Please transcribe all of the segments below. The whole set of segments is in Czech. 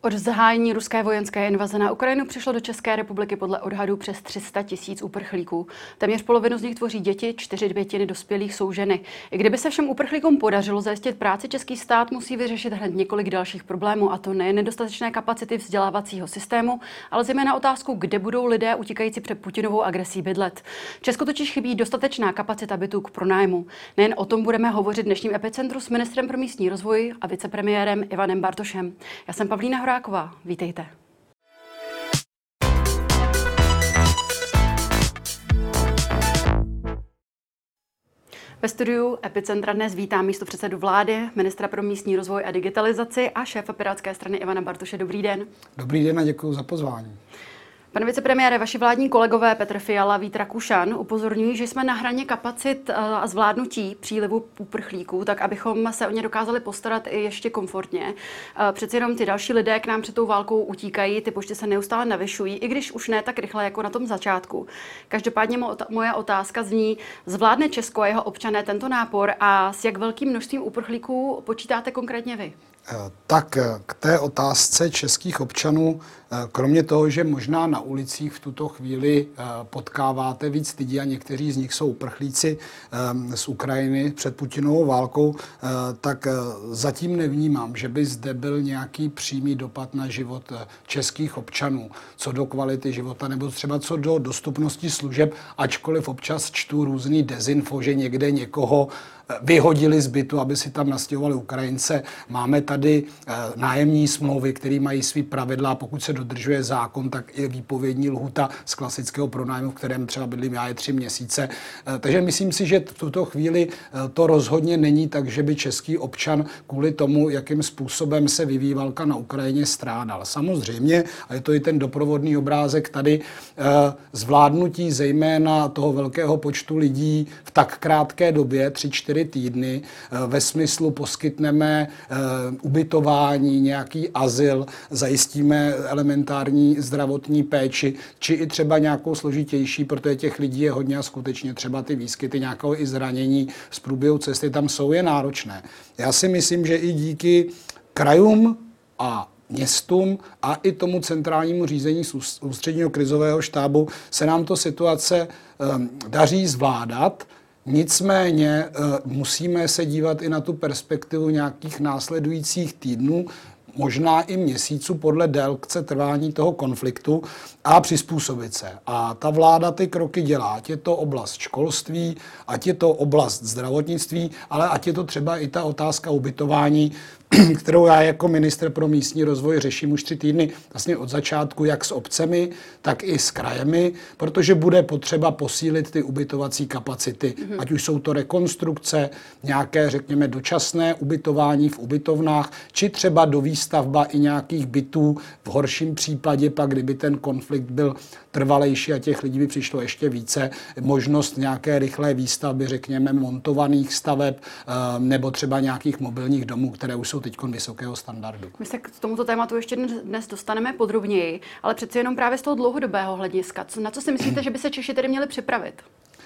Od zahájení ruské vojenské invaze na Ukrajinu přišlo do České republiky podle odhadů přes 300 000 uprchlíků. Téměř polovinu z nich tvoří děti, 4/5 dospělých jsou ženy. I kdyby se všem uprchlíkům podařilo zajistit práci, český stát musí vyřešit hned několik dalších problémů, a to nejen nedostatečné kapacity vzdělávacího systému, ale zejména otázku, kde budou lidé utíkající před Putinovou agresí bydlet. Česku totiž chybí dostatečná kapacita bytů k pronájmu. Nejen o tom budeme hovořit v dnešním Epicentru s ministrem pro místní rozvoj a vicepremiérem Ivanem Bartošem. Já jsem Pavlína Horáková. Vítejte. Ve studiu Epicentra dnes vítám místopředsedu vlády, ministra pro místní rozvoj a digitalizaci a šéfa Pirátské strany Ivana Bartoše. Dobrý den. Dobrý den a děkuji za pozvání. Pane vicepremiére, vaši vládní kolegové Petr Fiala, Vít Rakušan upozorňují, že jsme na hraně kapacit a zvládnutí přílivu uprchlíků, tak abychom se o ně dokázali postarat i ještě komfortně. Přeci jenom ty další lidé k nám před tou válkou utíkají, ty počty se neustále navyšují, i když už ne tak rychle jako na tom začátku. Každopádně moje otázka zní, zvládne Česko a jeho občané tento nápor a s jak velkým množstvím uprchlíků počítáte konkrétně vy? Tak k té otázce českých občanů, kromě toho, že možná na ulicích v tuto chvíli potkáváte víc lidí a někteří z nich jsou uprchlíci z Ukrajiny před Putinovou válkou, tak zatím nevnímám, že by zde byl nějaký přímý dopad na život českých občanů, co do kvality života nebo třeba co do dostupnosti služeb, ačkoliv občas čtu různý dezinfo, že někde někoho vyhodili z bytu, aby si tam nastěhovali Ukrajince. Máme tady nájemní smlouvy, které mají svý pravidla a pokud se dodržuje zákon, tak je výpovědní lhůta z klasického pronájmu, v kterém třeba bydlím já, je 3 měsíce. Takže myslím si, že v tuto chvíli to rozhodně není tak, že by český občan kvůli tomu, jakým způsobem se vyvíjí válka na Ukrajině, strádal. Samozřejmě, a je to i ten doprovodný obrázek tady, zvládnutí zejména toho velkého počtu lidí v tak krátké době, 3-4 týdny, ve smyslu poskytneme ubytování, nějaký azyl, zajistíme elementární zdravotní péči, či i třeba nějakou složitější, protože těch lidí je hodně a skutečně třeba ty výskyty nějakého i zranění z průběhu cesty tam jsou, je náročné. Já si myslím, že i díky krajům a městům a i tomu centrálnímu řízení z ústředního krizového štábu se nám to situace daří zvládat. Nicméně musíme se dívat i na tu perspektivu nějakých následujících týdnů, možná i měsíců podle délce trvání toho konfliktu a přizpůsobit se. A ta vláda ty kroky dělá, ať je to oblast školství, ať je to oblast zdravotnictví, ale ať je to třeba i ta otázka ubytování, kterou já jako ministr pro místní rozvoj řeším už 3 týdny, vlastně od začátku, jak s obcemi, tak i s krajemi, protože bude potřeba posílit ty ubytovací kapacity. Ať už jsou to rekonstrukce, nějaké, řekněme, dočasné ubytování v ubytovnách, či třeba dovýstavba i nějakých bytů, v horším případě pak, kdyby ten konflikt byl trvalejší a těch lidí by přišlo ještě více, možnost nějaké rychlé výstavby, řekněme, montovaných staveb nebo třeba nějakých mobilních domů, které už jsou teď vysokého standardu. My se k tomuto tématu ještě dnes dostaneme podrobněji, ale přeci jenom právě z toho dlouhodobého hlediska. Na co si myslíte, že by se Češi tedy měli připravit?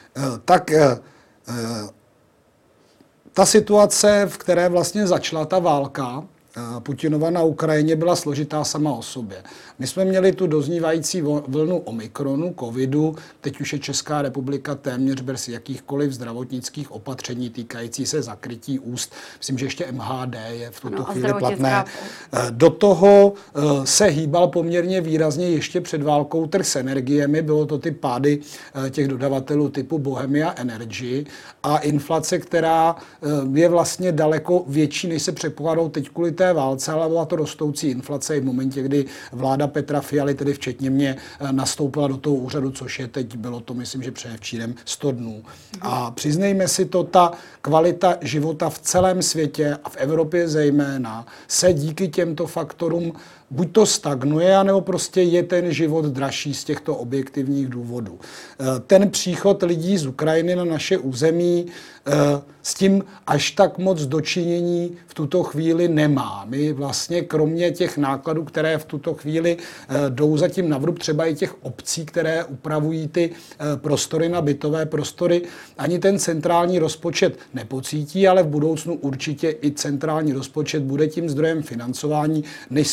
Ta situace, v které vlastně začala ta válka Putinova na Ukrajině, byla složitá sama o sobě. My jsme měli tu doznívající vlnu Omikronu, covidu, teď už je Česká republika téměř bez jakýchkoliv zdravotnických opatření týkající se zakrytí úst. Myslím, že ještě MHD je v tuto chvíli platné. Do toho se hýbal poměrně výrazně ještě před válkou trh s energiemi, bylo to ty pády těch dodavatelů typu Bohemia Energy a inflace, která je vlastně daleko větší, než se předpokládalo teď kvůli té válce, ale byla to rostoucí inflace i v momentě, kdy vláda Petra Fialy, tedy včetně mě, nastoupila do toho úřadu, což je teď, bylo to, myslím, že předevčírem 100 dnů. A přiznejme si to, ta kvalita života v celém světě a v Evropě zejména se díky těmto faktorům buď to stagnuje, anebo prostě je ten život dražší z těchto objektivních důvodů. Ten příchod lidí z Ukrajiny na naše území s tím až tak moc dočinění v tuto chvíli nemá. My vlastně kromě těch nákladů, které v tuto chvíli jdou zatím na vrub, třeba i těch obcí, které upravují ty prostory na bytové prostory, ani ten centrální rozpočet nepocítí, ale v budoucnu určitě i centrální rozpočet bude tím zdrojem financování, než se třeba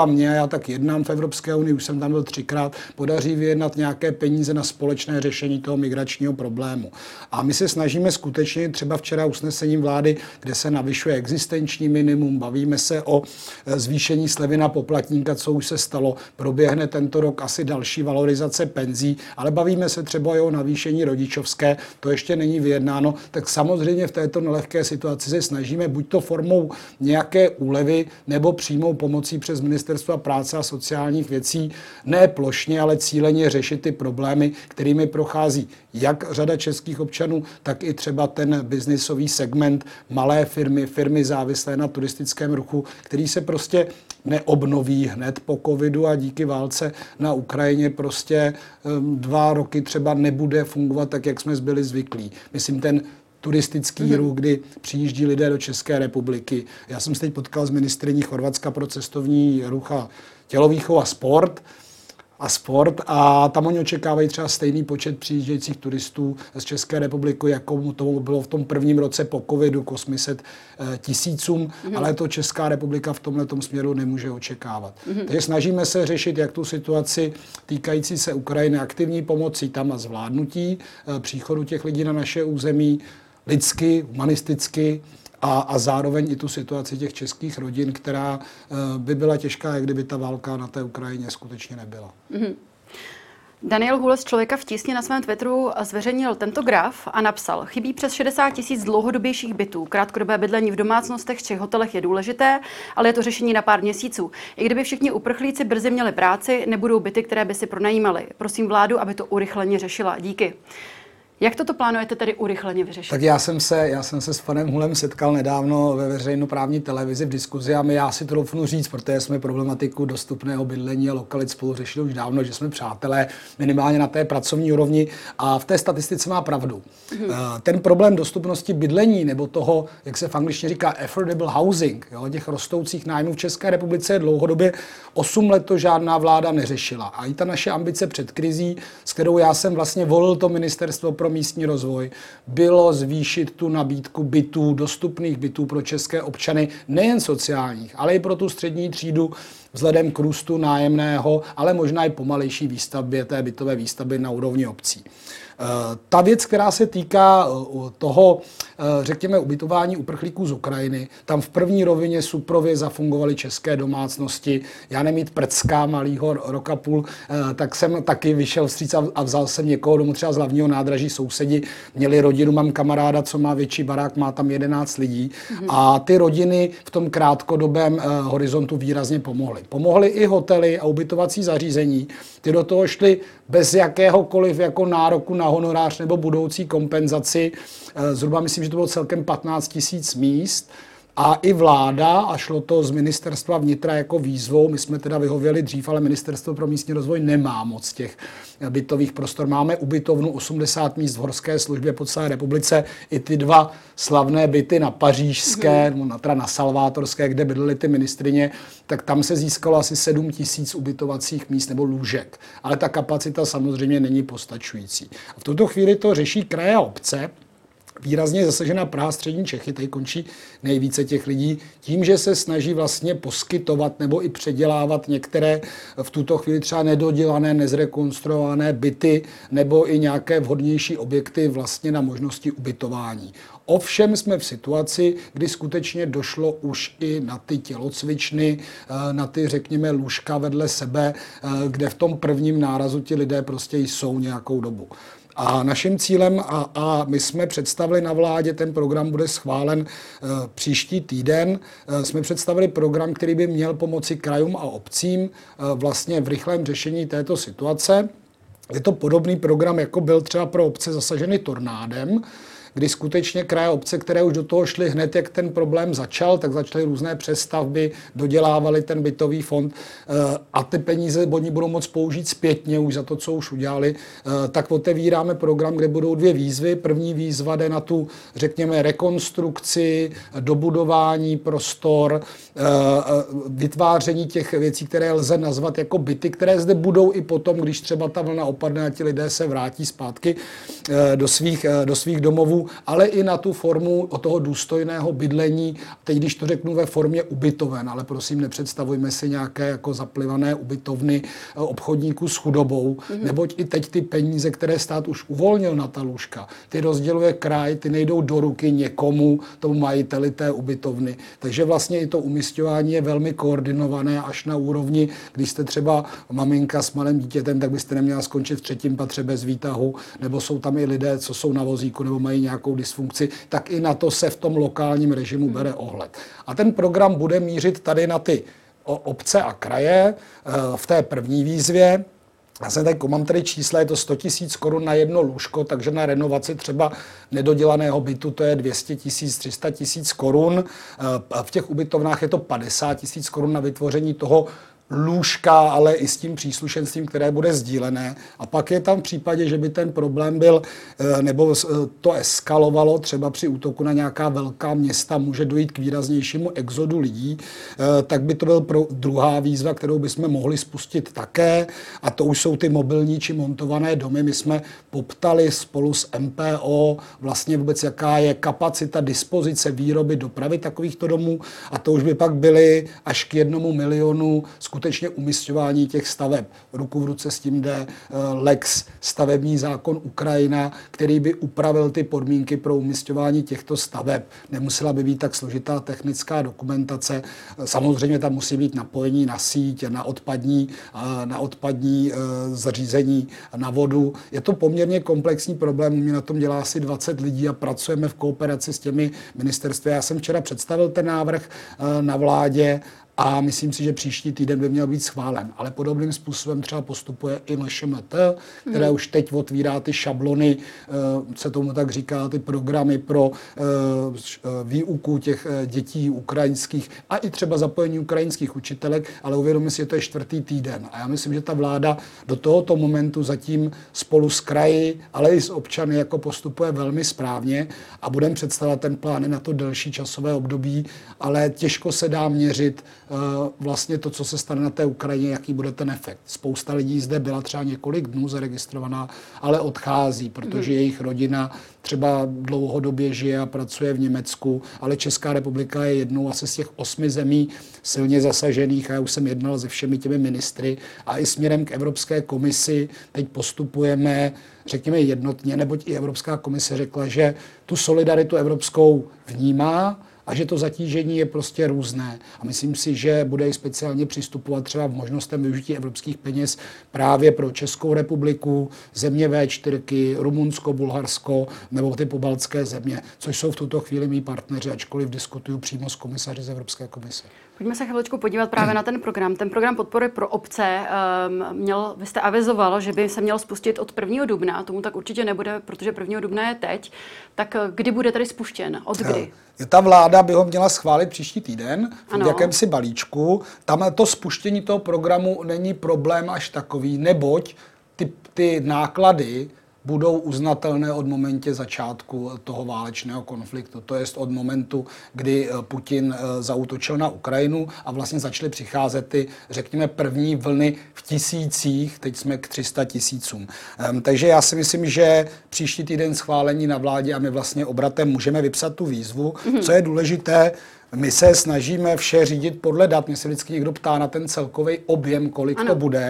třeba mě, já tak jednám v Evropské unii, už jsem tam byl 3krát, podaří vyjednat nějaké peníze na společné řešení toho migračního problému. A my se snažíme skutečně, třeba včera usnesením vlády, kde se navyšuje existenční minimum, bavíme se o zvýšení slevy na poplatníka, co už se stalo, proběhne tento rok asi další valorizace penzí, ale bavíme se třeba i o navýšení rodičovské, to ještě není vyjednáno, tak samozřejmě v této nelehké situaci se snažíme buď to formou nějaké úlevy nebo přímou pomocí přes Ministerstvo práce a sociálních věcí, ne plošně, ale cíleně řešit ty problémy, kterými prochází jak řada českých občanů, tak i třeba ten biznisový segment, malé firmy, firmy závislé na turistickém ruchu, který se prostě neobnoví hned po covidu a díky válce na Ukrajině prostě 2 roky třeba nebude fungovat tak, jak jsme byli zvyklí. Myslím, ten turistický ruch, kdy přijíždí lidé do České republiky. Já jsem se teď potkal s ministryní Chorvatska pro cestovní ruch a tělovýchovu a sport a tam oni očekávají třeba stejný počet přijíždějících turistů z České republiky, jako to bylo v tom prvním roce po covidu k 800 000, ale to Česká republika v tomhletom směru nemůže očekávat. Takže snažíme se řešit jak tu situaci týkající se Ukrajiny, aktivní pomocí tam a zvládnutí příchodu těch lidí na naše území, lidsky, humanisticky a zároveň i tu situaci těch českých rodin, která by byla těžká, jak kdyby ta válka na té Ukrajině skutečně nebyla. Daniel Hůl z Člověka v tísni na svém Twitteru zveřejnil tento graf a napsal: chybí přes 60 000 dlouhodobějších bytů. Krátkodobé bydlení v domácnostech či hotelech je důležité, ale je to řešení na pár měsíců. I kdyby všichni uprchlíci brzy měli práci, nebudou byty, které by si pronajímali. Prosím vládu, aby to urychleně řešila. Díky. Jak toto plánujete tedy urychleně vyřešit? Tak já jsem se s panem Hulem setkal nedávno ve veřejnoprávní televizi v diskuzi a já si to doufnu říct, protože jsme problematiku dostupného bydlení a lokalit spolu řešili už dávno, že jsme přátelé minimálně na té pracovní úrovni a v té statistice má pravdu. Ten problém dostupnosti bydlení nebo toho, jak se v angličtině říká affordable housing, těch rostoucích nájmů v České republice je dlouhodobě 8 let to žádná vláda neřešila. A i ta naše ambice před krizí, s kterou já jsem vlastně volil to ministerstvo pro místní rozvoj, bylo zvýšit tu nabídku bytů, dostupných bytů pro české občany, nejen sociálních, ale i pro tu střední třídu vzhledem k růstu nájemného, ale možná i pomalejší výstavbě té bytové výstavby na úrovni obcí. Ta věc, která se týká toho, řekněme, ubytování uprchlíků z Ukrajiny, tam v první rovině suprově zafungovaly české domácnosti. Já nemít prcka malýho roka půl, tak jsem taky vyšel vstříc a vzal jsem někoho domů, třeba z hlavního nádraží sousedi. Měli rodinu, mám kamaráda, co má větší barák, má tam 11 lidí. A ty rodiny v tom krátkodobém horizontu výrazně pomohly. Pomohly i hotely a ubytovací zařízení. Ty do toho šly bez jakéhokoliv jako nároku na honorář nebo budoucí kompenzaci. Zhruba myslím, že to bylo celkem 15 000 míst. A i vláda, a šlo to z ministerstva vnitra jako výzvou, my jsme teda vyhověli dřív, ale ministerstvo pro místní rozvoj nemá moc těch bytových prostor. Máme ubytovnu 80 míst v horské službě po celé republice, i ty 2 slavné byty na Pařížské, na Salvátorské, kde bydlely ty ministryně, tak tam se získalo asi 7 000 ubytovacích míst nebo lůžek. Ale ta kapacita samozřejmě není postačující. A v tuto chvíli to řeší kraje a obce. Výrazně zasažená Praha, střední Čechy, tady končí nejvíce těch lidí, tím, že se snaží vlastně poskytovat nebo i předělávat některé v tuto chvíli třeba nedodělané, nezrekonstruované byty nebo i nějaké vhodnější objekty vlastně na možnosti ubytování. Ovšem jsme v situaci, kdy skutečně došlo už i na ty tělocvičny, na ty, řekněme, lůžka vedle sebe, kde v tom prvním nárazu ti lidé prostě jsou nějakou dobu. A naším cílem, a my jsme představili na vládě, ten program bude schválen příští týden, jsme představili program, který by měl pomoci krajům a obcím vlastně v rychlém řešení této situace. Je to podobný program, jako byl třeba pro obce zasaženy tornádem, kdy skutečně kraje obce, které už do toho šly hned, jak ten problém začal, tak začaly různé přestavby, dodělávali ten bytový fond a ty peníze oni budou moct použít zpětně už za to, co už udělali, tak otevíráme program, kde budou 2 výzvy. První výzva jde na tu, řekněme, rekonstrukci, dobudování prostor, vytváření těch věcí, které lze nazvat jako byty, které zde budou i potom, když třeba ta vlna opadne a ti lidé se vrátí zpátky do svých domovů. bytu, ale i na tu formu toho důstojného bydlení, teď když to řeknu ve formě ubytoven, ale prosím nepředstavujme si nějaké jako zaplivané ubytovny obchodníků s chudobou, neboť i teď ty peníze, které stát už uvolnil na ta lůžka, ty rozděluje kraj, ty nejdou do ruky někomu, tomu majiteli té ubytovny. Takže vlastně i to umisťování je velmi koordinované až na úrovni, když jste třeba maminka s malým dítětem, tak byste neměla skončit v 3. patře bez výtahu, nebo jsou tam i lidé, co jsou na vozíku nebo mají nějakou dysfunkci, tak i na to se v tom lokálním režimu bere ohled. A ten program bude mířit tady na ty obce a kraje v té první výzvě. Mám tady čísla, je to 100 000 korun na jedno lůžko, takže na renovaci třeba nedodělaného bytu to je 200 000, 300 000 korun. V těch ubytovnách je to 50 000 korun na vytvoření toho lůžka, ale i s tím příslušenstvím, které bude sdílené. A pak je tam v případě, že by ten problém byl, nebo to eskalovalo, třeba při útoku na nějaká velká města, může dojít k výraznějšímu exodu lidí, tak by to byl druhá výzva, kterou bychom mohli spustit také. A to už jsou ty mobilní či montované domy. My jsme poptali spolu s MPO vlastně vůbec, jaká je kapacita dispozice výroby dopravy takovýchto domů. A to už by pak byly až k 1 milionu skutečně umisťování těch staveb. Ruku v ruce s tím jde Lex stavební zákon Ukrajina, který by upravil ty podmínky pro umisťování těchto staveb. Nemusela by být tak složitá technická dokumentace. Samozřejmě tam musí být napojení na síť, na odpadní zařízení, na vodu. Je to poměrně komplexní problém. Mě na tom dělá asi 20 lidí a pracujeme v kooperaci s těmi ministerstvy. Já jsem včera představil ten návrh na vládě a myslím si, že příští týden by měl být schválen. Ale podobným způsobem třeba postupuje i MŠMT, které už teď otvírá ty šablony, se tomu tak říká, ty programy pro výuku těch dětí ukrajinských a i třeba zapojení ukrajinských učitelek, ale uvědomím si, že to je 4. týden. A já myslím, že ta vláda do tohoto momentu zatím spolu s kraji, ale i s občany jako postupuje velmi správně a budeme představovat ten plán na to delší časové období, ale těžko se dá měřit vlastně to, co se stane na té Ukrajině, jaký bude ten efekt. Spousta lidí zde byla třeba několik dnů zaregistrovaná, ale odchází, protože jejich rodina třeba dlouhodobě žije a pracuje v Německu, ale Česká republika je jednou asi z těch 8 zemí silně zasažených a já už jsem jednal se všemi těmi ministry a i směrem k Evropské komisi teď postupujeme, řekněme jednotně, neboť i Evropská komise řekla, že tu solidaritu evropskou vnímá, a že to zatížení je prostě různé. A myslím si, že bude i speciálně přistupovat třeba v možnostem využití evropských peněz právě pro Českou republiku, země V4, Rumunsko, Bulharsko nebo ty pobaltské země, což jsou v tuto chvíli mý partneři, ačkoliv diskutuju přímo s komisaři z Evropské komise. Pojďme se chviličku podívat právě na ten program. Ten program podpory pro obce, vy jste avizoval, že by se měl spustit od 1. dubna. Tomu tak určitě nebude, protože 1. dubna je teď. Tak kdy bude tedy spuštěn? Od kdy? Ta vláda by ho měla schválit příští týden v jakémsi balíčku. Tam to spuštění toho programu není problém až takový, neboť ty náklady budou uznatelné od momentě začátku toho válečného konfliktu. To jest od momentu, kdy Putin zaútočil na Ukrajinu a vlastně začaly přicházet ty, řekněme, první vlny v tisících, teď jsme k 300 000. Takže já si myslím, že příští týden schválení na vládě a my vlastně obratem můžeme vypsat tu výzvu. Co je důležité, my se snažíme vše řídit podle dat. Mě se vždycky někdo ptá na ten celkový objem, kolik to bude.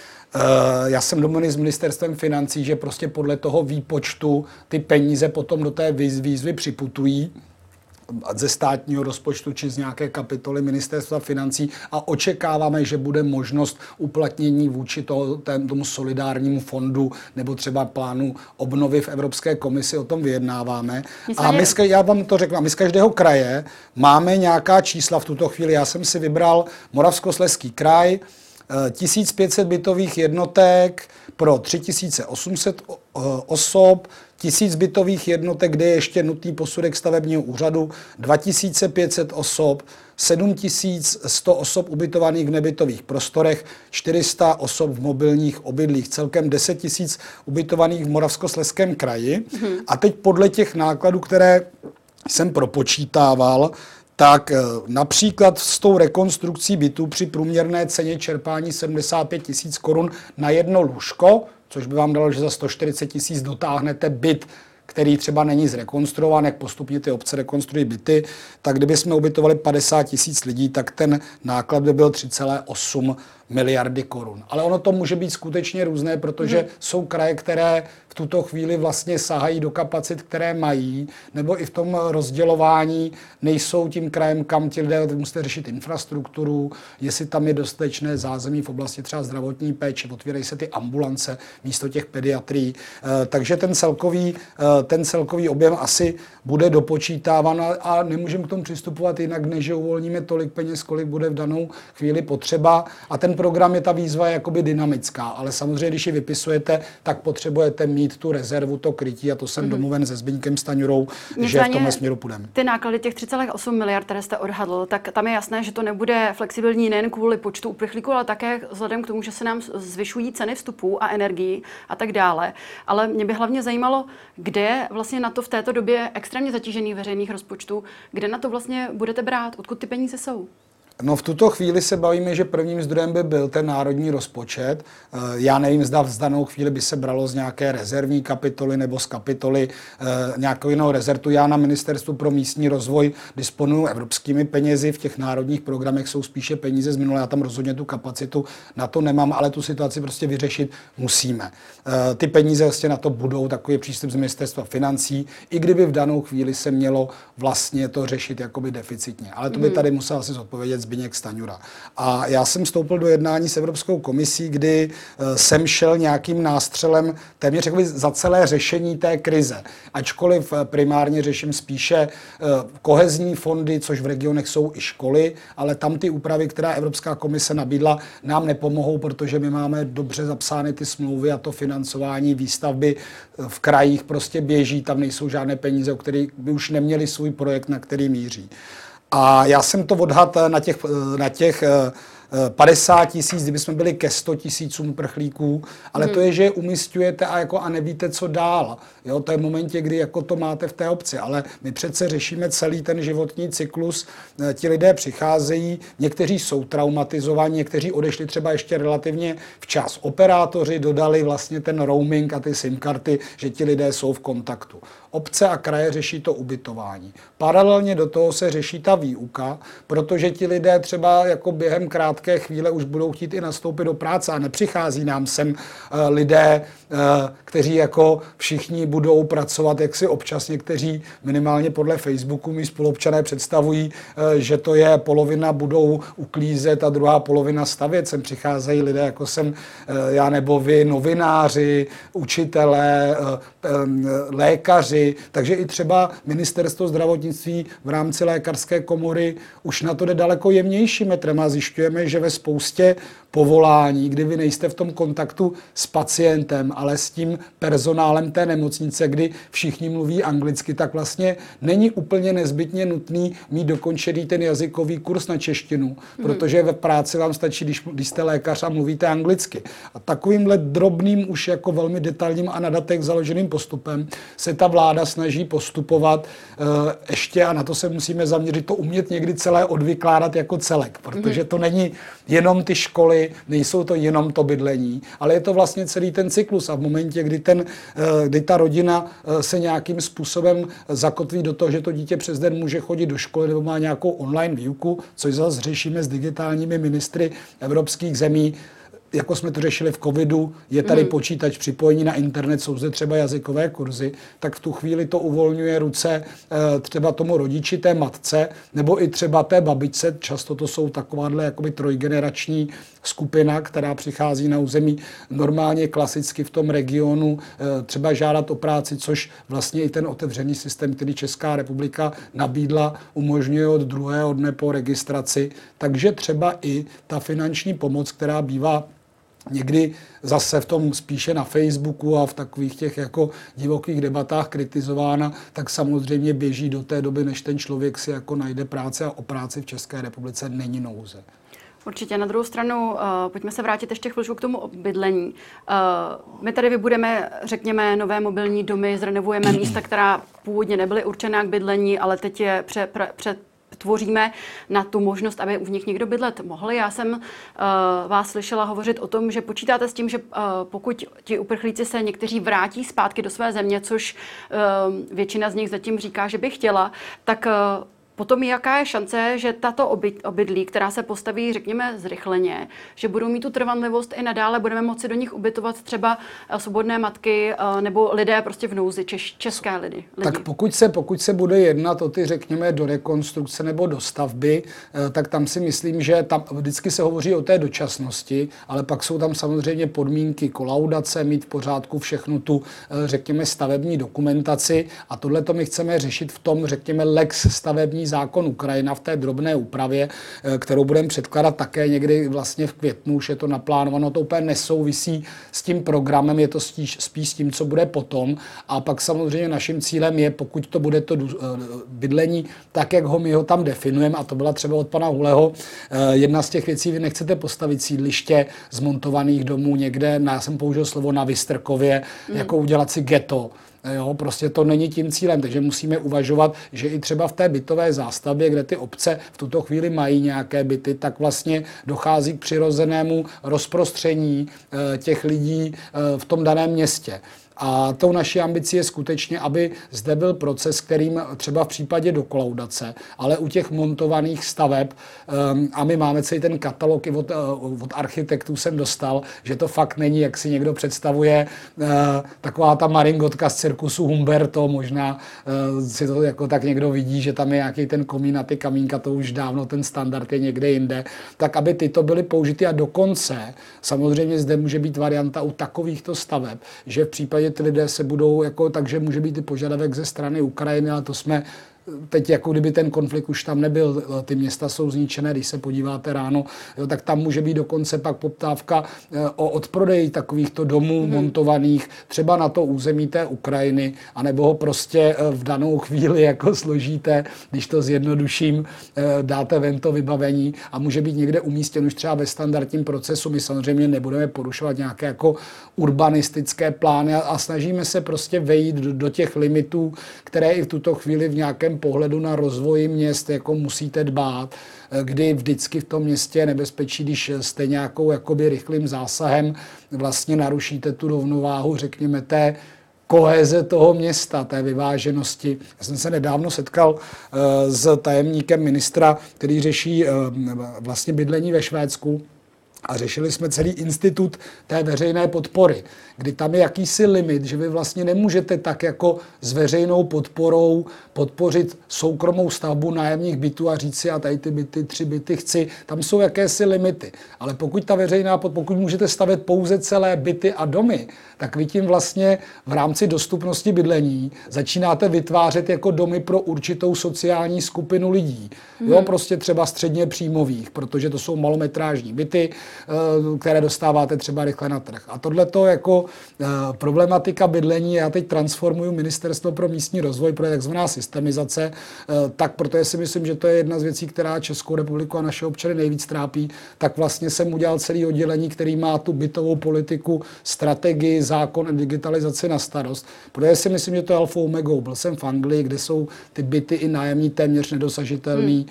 Já jsem domluvený s ministerstvem financí, že prostě podle toho výpočtu ty peníze potom do té výzvy připutují ze státního rozpočtu či z nějaké kapitoly ministerstva financí a očekáváme, že bude možnost uplatnění vůči tomu solidárnímu fondu nebo třeba plánu obnovy v Evropské komisi, o tom vyjednáváme. A já vám to řeknu, my z každého kraje máme nějaká čísla v tuto chvíli. Já jsem si vybral Moravskoslezský kraj, 1500 bytových jednotek pro 3800 osob, 1000 bytových jednotek, kde je ještě nutný posudek stavebního úřadu, 2500 osob, 7100 osob ubytovaných v nebytových prostorech, 400 osob v mobilních obydlích, celkem 10 000 ubytovaných v Moravskoslezském kraji. A teď podle těch nákladů, které jsem propočítával, tak například s tou rekonstrukcí bytu při průměrné ceně čerpání 75 000 korun na jedno lůžko, což by vám dalo, že za 140 000 dotáhnete byt, který třeba není zrekonstruován, jak postupně ty obce rekonstruují byty, tak kdyby jsme ubytovali 50 000 lidí, tak ten náklad by byl 3,8 miliardy korun. Ale ono to může být skutečně různé, protože jsou kraje, které v tuto chvíli vlastně sahají do kapacit, které mají, nebo i v tom rozdělování nejsou tím krajem, kam ti lidé musíte řešit infrastrukturu, jestli tam je dostatečné zázemí v oblasti třeba zdravotní péče, otvírají se ty ambulance místo těch pediatrií. Takže ten celkový objem asi bude dopočítáván a nemůžeme k tomu přistupovat jinak, než že uvolníme tolik peněz, kolik bude v danou chvíli potřeba. A ten program je ta výzva jakoby dynamická, ale samozřejmě, když ji vypisujete, tak potřebujete mít tu rezervu, to krytí a to jsem domluven se Zbyňkem Stanjurou, že v tomhle směru půjdeme. Ty náklady těch 3,8 miliard, které jste odhadl, tak tam je jasné, že to nebude flexibilní nejen kvůli počtu uprchlíků, ale také vzhledem k tomu, že se nám zvyšují ceny vstupů a energií a tak dále. Ale mě by hlavně zajímalo, kde vlastně na to v této době extrémně zatížených veřejných rozpočtů, kde na to vlastně budete brát, odkud ty peníze jsou? No v tuto chvíli se bavíme, že prvním zdrojem by byl ten národní rozpočet. Já nevím, zda v danou chvíli by se bralo z nějaké rezervní kapitoly nebo z kapitoly nějakého jiného rezertu. Já na Ministerstvu pro místní rozvoj disponuju evropskými penězi, v těch národních programech jsou spíše peníze z minula, já tam rozhodně tu kapacitu na to nemám, ale tu situaci prostě vyřešit musíme. Ty peníze vlastně na to budou, takový přístup z Ministerstva financí, i kdyby v danou chvíli se mělo vlastně to řešit jakoby deficitně. Ale to by tady musel asi zodpovědět Zbyněk Stanjura. A já jsem vstoupil do jednání s Evropskou komisí, kdy jsem šel nějakým nástřelem téměř jakoby za celé řešení té krize. Ačkoliv primárně řeším spíše kohezní fondy, což v regionech jsou i školy, ale tam ty úpravy, která Evropská komise nabídla, nám nepomohou, protože my máme dobře zapsány ty smlouvy a to financování výstavby v krajích prostě běží, tam nejsou žádné peníze, o kterých by už neměli svůj projekt, na který míří. A já jsem to odhadl na těch 50 000, kdyby jsme byli ke 100 000 uprchlíků, ale to je, že je umisťujete a nevíte, co dál. Jo, to je v momentě, kdy jako to máte v té obci, ale my přece řešíme celý ten životní cyklus. Ti lidé přicházejí, někteří jsou traumatizovaní, někteří odešli třeba ještě relativně včas. Operátoři dodali vlastně ten roaming a ty SIM karty, že ti lidé jsou v kontaktu. Obce a kraje řeší to ubytování. Paralelně do toho se řeší ta výuka, protože ti lidé třeba jako během krátké chvíle už budou chtít i nastoupit do práce a nepřichází nám sem lidé, kteří jako všichni budou pracovat, jak si občas někteří minimálně podle Facebooku mý spoluobčané představují, že to je polovina budou uklízet a druhá polovina stavět. Sem přicházejí lidé, jako jsem já nebo vy, novináři, učitelé, lékaři, takže i třeba Ministerstvo zdravotnictví v rámci lékařské komory už na to jde daleko jemnějším metrem a zjišťujeme, že ve spoustě povolání, kdy vy nejste v tom kontaktu s pacientem, ale s tím personálem té nemocnice, kdy všichni mluví anglicky, tak vlastně není úplně nezbytně nutný mít dokončený ten jazykový kurz na češtinu, protože ve práci vám stačí, když jste lékař a mluvíte anglicky. A takovýmhle drobným, už jako velmi detailním a na datech založeným postupem se ta vláda snaží postupovat ještě, a na to se musíme zaměřit, to umět někdy celé odvykládat jako celek, protože to není jenom ty školy, nejsou to jenom to bydlení, ale je to vlastně celý ten cyklus a v momentě, kdy ta rodina se nějakým způsobem zakotví do toho, že to dítě přes den může chodit do školy nebo má nějakou online výuku, což zase řešíme s digitálními ministry evropských zemí, jako jsme to řešili v covidu, je tady počítač, připojení na internet, jsou zde třeba jazykové kurzy, tak v tu chvíli to uvolňuje ruce třeba tomu rodiči, té matce, nebo i třeba té babičce. Často to jsou takováhle jakoby trojgenerační skupina, která přichází na území normálně klasicky v tom regionu třeba žádat o práci, což vlastně i ten otevřený systém, který Česká republika nabídla, umožňuje od druhého dne po registraci. Takže třeba i ta finanční pomoc, která bývá někdy zase v tom spíše na Facebooku a v takových těch jako divokých debatách kritizována, tak samozřejmě běží do té doby, než ten člověk si jako najde práci a o práci v České republice není nouze. Určitě. Na druhou stranu, pojďme se vrátit ještě chvilku k tomu bydlení. My tady vybudeme, řekněme, nové mobilní domy, zrenovujeme místa, která původně nebyly určená k bydlení, ale teď je tvoříme na tu možnost, aby v nich někdo bydlet mohl. Já jsem vás slyšela hovořit o tom, že počítáte s tím, že pokud ti uprchlíci se někteří vrátí zpátky do své země, což většina z nich zatím říká, že by chtěla, tak potom jaká je šance, že tato obydlí, která se postaví, řekněme, zrychleně, že budou mít tu trvanlivost i nadále, budeme moci do nich ubytovat třeba svobodné matky nebo lidé prostě v nouzi, české lidi. Tak pokud se bude jednat o ty, řekněme, do rekonstrukce nebo do stavby, tak tam si myslím, že tam vždycky se hovoří o té dočasnosti, ale pak jsou tam samozřejmě podmínky kolaudace, mít v pořádku všechnu tu, řekněme, stavební dokumentaci a tohle to my chceme řešit v tom, řekněme, lex stavební zákon Ukrajina v té drobné úpravě, kterou budeme předkládat také někdy vlastně v květnu, už je to naplánováno, to úplně nesouvisí s tím programem, je to spíš s tím, co bude potom. A pak samozřejmě naším cílem je, pokud to bude to bydlení tak, jak my ho tam definujeme, a to byla třeba od pana Huleho, jedna z těch věcí, vy nechcete postavit sídliště zmontovaných domů někde, já jsem použil slovo na Vystrkově, jako udělat si ghetto. Jo, prostě to není tím cílem, takže musíme uvažovat, že i třeba v té bytové zástavbě, kde ty obce v tuto chvíli mají nějaké byty, tak vlastně dochází k přirozenému rozprostření těch lidí v tom daném městě. A tou naší ambicí je skutečně, aby zde byl proces, kterým třeba v případě dokolaudace, ale u těch montovaných staveb, a my máme celý ten katalog i od architektů jsem dostal, že to fakt není, jak si někdo představuje, taková ta maringotka z cirkusu Humberto, možná si to jako tak někdo vidí, že tam je nějaký ten komín a ty kamínka, to už dávno ten standard je někde jinde, tak aby tyto byly použity a dokonce, samozřejmě zde může být varianta u takovýchto staveb, že v případě ty lidé se budou, takže může být i požadavek ze strany Ukrajiny, ale to jsme teď, jako kdyby ten konflikt už tam nebyl, ty města jsou zničené, když se podíváte ráno, tak tam může být dokonce pak poptávka o odprodej takovýchto domů montovaných třeba na to území té Ukrajiny, anebo ho prostě v danou chvíli jako složíte, když to zjednoduším, dáte ven to vybavení a může být někde umístěn už třeba ve standardním procesu. My samozřejmě nebudeme porušovat nějaké jako urbanistické plány a snažíme se prostě vejít do těch limitů, které i v tuto chvíli v nějakém pohledu na rozvoji měst jako musíte dbát, kdy vždycky v tom městě je nebezpečí, když jste nějakou jakoby rychlým zásahem vlastně narušíte tu rovnováhu, řekněme, té koheze toho města, té vyváženosti. Já jsem se nedávno setkal s tajemníkem ministra, který řeší vlastně bydlení ve Švédsku, a řešili jsme celý institut té veřejné podpory, kdy tam je jakýsi limit, že vy vlastně nemůžete tak jako s veřejnou podporou podpořit soukromou stavbu nájemních bytů a říct si, a tady ty byty, 3 byty chci. Tam jsou jakési limity. Ale pokud ta veřejná pokud můžete stavět pouze celé byty a domy, tak vy tím vlastně v rámci dostupnosti bydlení začínáte vytvářet jako domy pro určitou sociální skupinu lidí. Jo, prostě třeba středně příjmových, protože to jsou malometrážní byty, které dostáváte třeba rychle na trh. A tohleto jako problematika bydlení, já teď transformuju Ministerstvo pro místní rozvoj, pro takzvaná systemizace, tak protože si myslím, že to je jedna z věcí, která Českou republiku a naše občany nejvíc trápí, tak vlastně jsem udělal celý oddělení, který má tu bytovou politiku, strategii, zákon a digitalizaci na starost. Protože si myslím, že to je alfa omegou. Byl jsem v Anglii, kde jsou ty byty i nájemní téměř nedosažitelný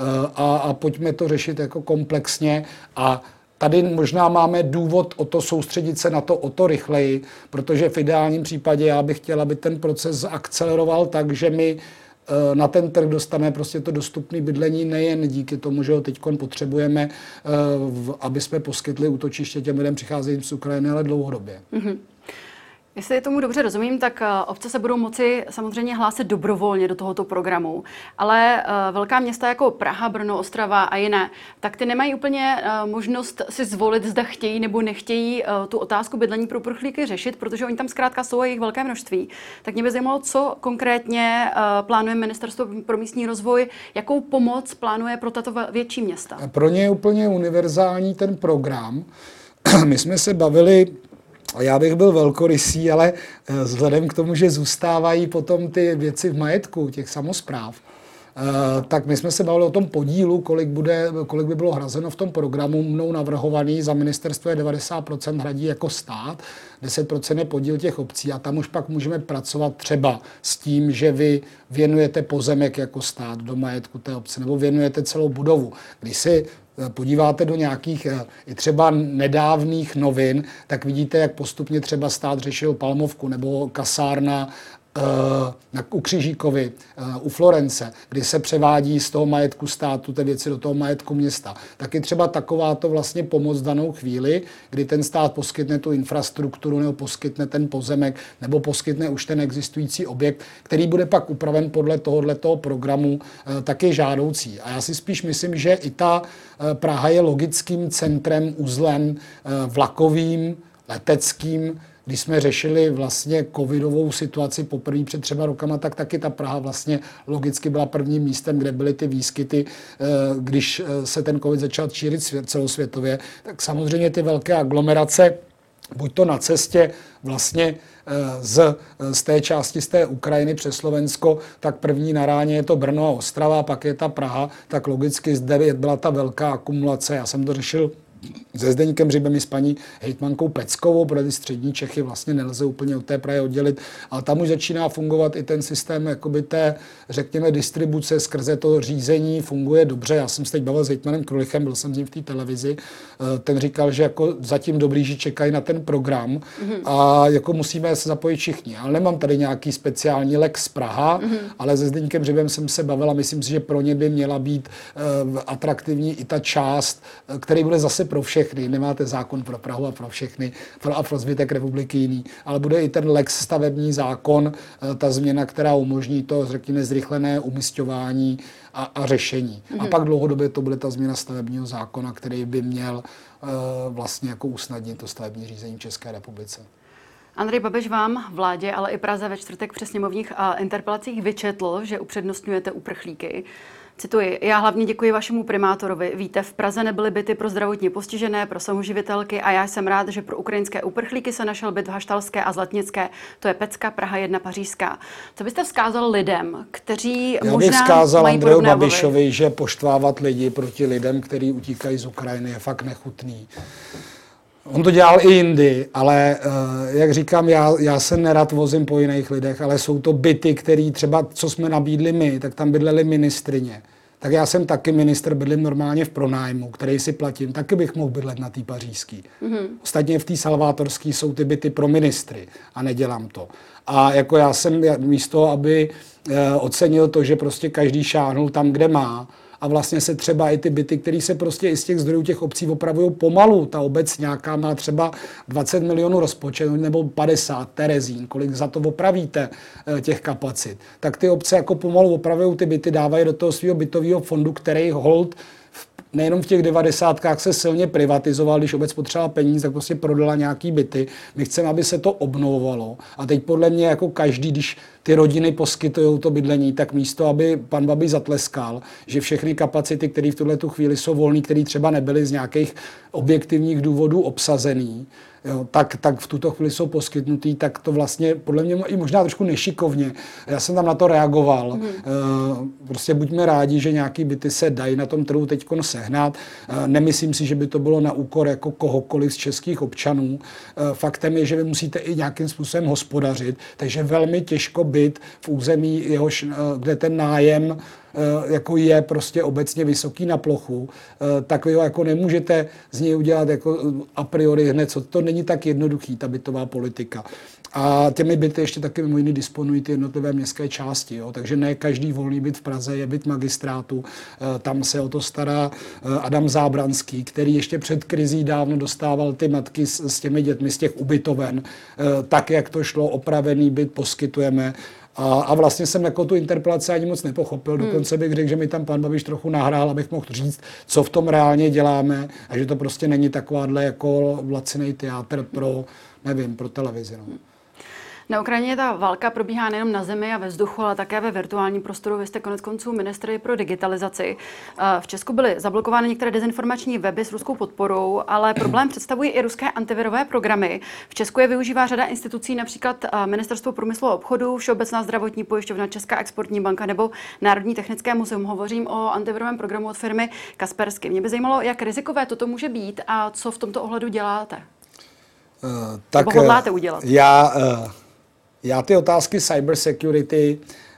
a pojďme to řešit jako komplexně a tady možná máme důvod o to soustředit se na to o to rychleji, protože v ideálním případě já bych chtěl, aby ten proces akceleroval tak, že my na ten trh dostaneme prostě to dostupné bydlení nejen díky tomu, že ho teď potřebujeme, aby jsme poskytli útočiště těm lidem přicházejícím z Ukrajiny, ale dlouhodobě. Mm-hmm. Jestli tomu dobře rozumím, tak obce se budou moci samozřejmě hlásit dobrovolně do tohoto programu, ale velká města jako Praha, Brno, Ostrava a jiné, tak ty nemají úplně možnost si zvolit, zda chtějí nebo nechtějí tu otázku bydlení pro uprchlíky řešit, protože oni tam zkrátka jsou a jejich velké množství. Tak mě by zajímalo, co konkrétně plánuje Ministerstvo pro místní rozvoj, jakou pomoc plánuje pro tato větší města. Pro ně je úplně univerzální ten program. My jsme se bavili. Já bych byl velkorysý, ale vzhledem k tomu, že zůstávají potom ty věci v majetku těch samospráv, tak my jsme se bavili o tom podílu, kolik by bylo hrazeno v tom programu. Mnou navrhovaný za ministerstvo je 90% hradí jako stát, 10% je podíl těch obcí a tam už pak můžeme pracovat třeba s tím, že vy věnujete pozemek jako stát do majetku té obce nebo věnujete celou budovu. Když si podíváte do nějakých i třeba nedávných novin, tak vidíte, jak postupně třeba stát řešil Palmovku nebo kasárna u Křižíkovi, u Florence, kdy se převádí z toho majetku státu ty věci do toho majetku města. Taky třeba takováto vlastně pomoc v danou chvíli, kdy ten stát poskytne tu infrastrukturu nebo poskytne ten pozemek nebo poskytne už ten existující objekt, který bude pak upraven podle tohoto programu, taky žádoucí. A já si spíš myslím, že i ta Praha je logickým centrem, uzlem vlakovým, leteckým. Když jsme řešili vlastně covidovou situaci poprvé před 3 rokama, tak taky ta Praha vlastně logicky byla prvním místem, kde byly ty výskyty, když se ten covid začal šířit celosvětově. Tak samozřejmě ty velké aglomerace, buď to na cestě vlastně z té části z té Ukrajiny přes Slovensko, tak první na ráně je to Brno a Ostrava, pak je ta Praha, tak logicky zde byla ta velká akumulace. Já jsem to řešil se Zdeňkem Hřibem i s paní hejtmankou Peckovou, protože ty střední Čechy vlastně nelze úplně od té Prahy oddělit, ale tam už začíná fungovat i ten systém jakoby té, řekněme, distribuce skrze to řízení, funguje dobře. Já jsem se teď bavil s hejtmanem Krulichem, byl jsem s ním v té televizi, ten říkal, že jako zatím dobrý, že čekají na ten program a jako musíme se zapojit všichni. Ale nemám tady nějaký speciální lex Praha, ale se Zdeňkem Hřibem jsem se bavil a myslím si, že pro ně by měla být atraktivní i ta část, který bude zase pro všechny. Nemáte zákon pro Prahu a pro všechny, pro zbytek republiky jiný, ale bude i ten lex stavební zákon, ta změna, která umožní to, řekněme, zrychlené umisťování a řešení. A pak dlouhodobě to bude ta změna stavebního zákona, který by měl vlastně jako usnadnit to stavební řízení v České republice. Andrej Babiš vám, vládě, ale i Praze ve čtvrtek při sněmovních interpelacích vyčetl, že upřednostňujete uprchlíky. Cituji, já hlavně děkuji vašemu primátorovi. Víte, v Praze nebyly byty pro zdravotně postižené, pro samoživitelky a já jsem rád, že pro ukrajinské uprchlíky se našel byt v Haštalské a Zlatnické. To je Pecka, Praha 1, Pařížská. Co byste vzkázal lidem, kteří možná mají podobné obavy? Já bych vzkázal Andreju Babišovi, že poštvávat lidi proti lidem, kteří utíkají z Ukrajiny, je fakt nechutný. On to dělal i jindy, ale jak říkám, já se nerad vozím po jiných lidech, ale jsou to byty, které třeba, co jsme nabídli my, tak tam bydleli ministryně. Tak já jsem taky ministr, bydlím normálně v pronájmu, který si platím, taky bych mohl bydlet na té pařížský. Ostatně v té salvátorské jsou ty byty pro ministry a nedělám to. A jako já jsem místo, aby ocenil to, že prostě každý šáhnul tam, kde má, a vlastně se třeba i ty byty, které se prostě i z těch zdrojů těch obcí opravují pomalu. Ta obec nějaká má třeba 20 milionů rozpočet nebo 50, Terezín, kolik za to opravíte těch kapacit. Tak ty obce jako pomalu opravují ty byty, dávají do toho svého bytového fondu, který hold nejenom v těch 90kách se silně privatizoval, když obec potřebovala peníze, tak prostě prodala nějaký byty. My chceme, aby se to obnovovalo. A teď podle mě jako každý, když ty rodiny poskytují to bydlení, tak místo, aby pan Babiš zatleskal, že všechny kapacity, které v tuhle chvíli jsou volné, které třeba nebyly z nějakých objektivních důvodů obsazený, jo, tak v tuto chvíli jsou poskytnutý, tak to vlastně podle mě i možná trošku nešikovně. Já jsem tam na to reagoval. Prostě buďme rádi, že nějaký byty se dají na tom trhu teďkon sehnat. Nemyslím si, že by to bylo na úkor jako kohokoliv z českých občanů. Faktem je, že vy musíte i nějakým způsobem hospodařit, takže velmi těžko byt v území, kde ten nájem jako je prostě obecně vysoký na plochu, tak vy ho jako nemůžete z něj udělat jako a priori hned. To není tak jednoduchý, ta bytová politika. A těmi byty ještě taky mimo jiný disponují ty jednotlivé městské části. Jo? Takže ne každý volný byt v Praze je byt magistrátu. Tam se o to stará Adam Zábranský, který ještě před krizí dávno dostával ty matky s těmi dětmi z těch ubytoven. Tak, jak to šlo, opravený byt poskytujeme. A vlastně jsem jako tu interpelaci ani moc nepochopil. Dokonce bych řekl, že mi tam pan Babiš trochu nahrál, abych mohl říct, co v tom reálně děláme a že to prostě není takováhle jako lacinej teátr pro televizi. No. Na Ukrajině ta válka probíhá nejen na zemi a ve vzduchu, ale také ve virtuálním prostoru. Vy jste koneckonců ministr pro digitalizaci. V Česku byly zablokovány některé dezinformační weby s ruskou podporou, ale problém představují i ruské antivirové programy. V Česku je využívá řada institucí, například Ministerstvo průmyslu a obchodu, Všeobecná zdravotní pojišťovna, Česká exportní banka nebo Národní technické muzeum. Hovořím o antivirovém programu od firmy Kaspersky. Mě by zajímalo, jak rizikové toto může být a co v tomto ohledu děláte. Tak nebo hodláte udělat? Já ty otázky cybersecurity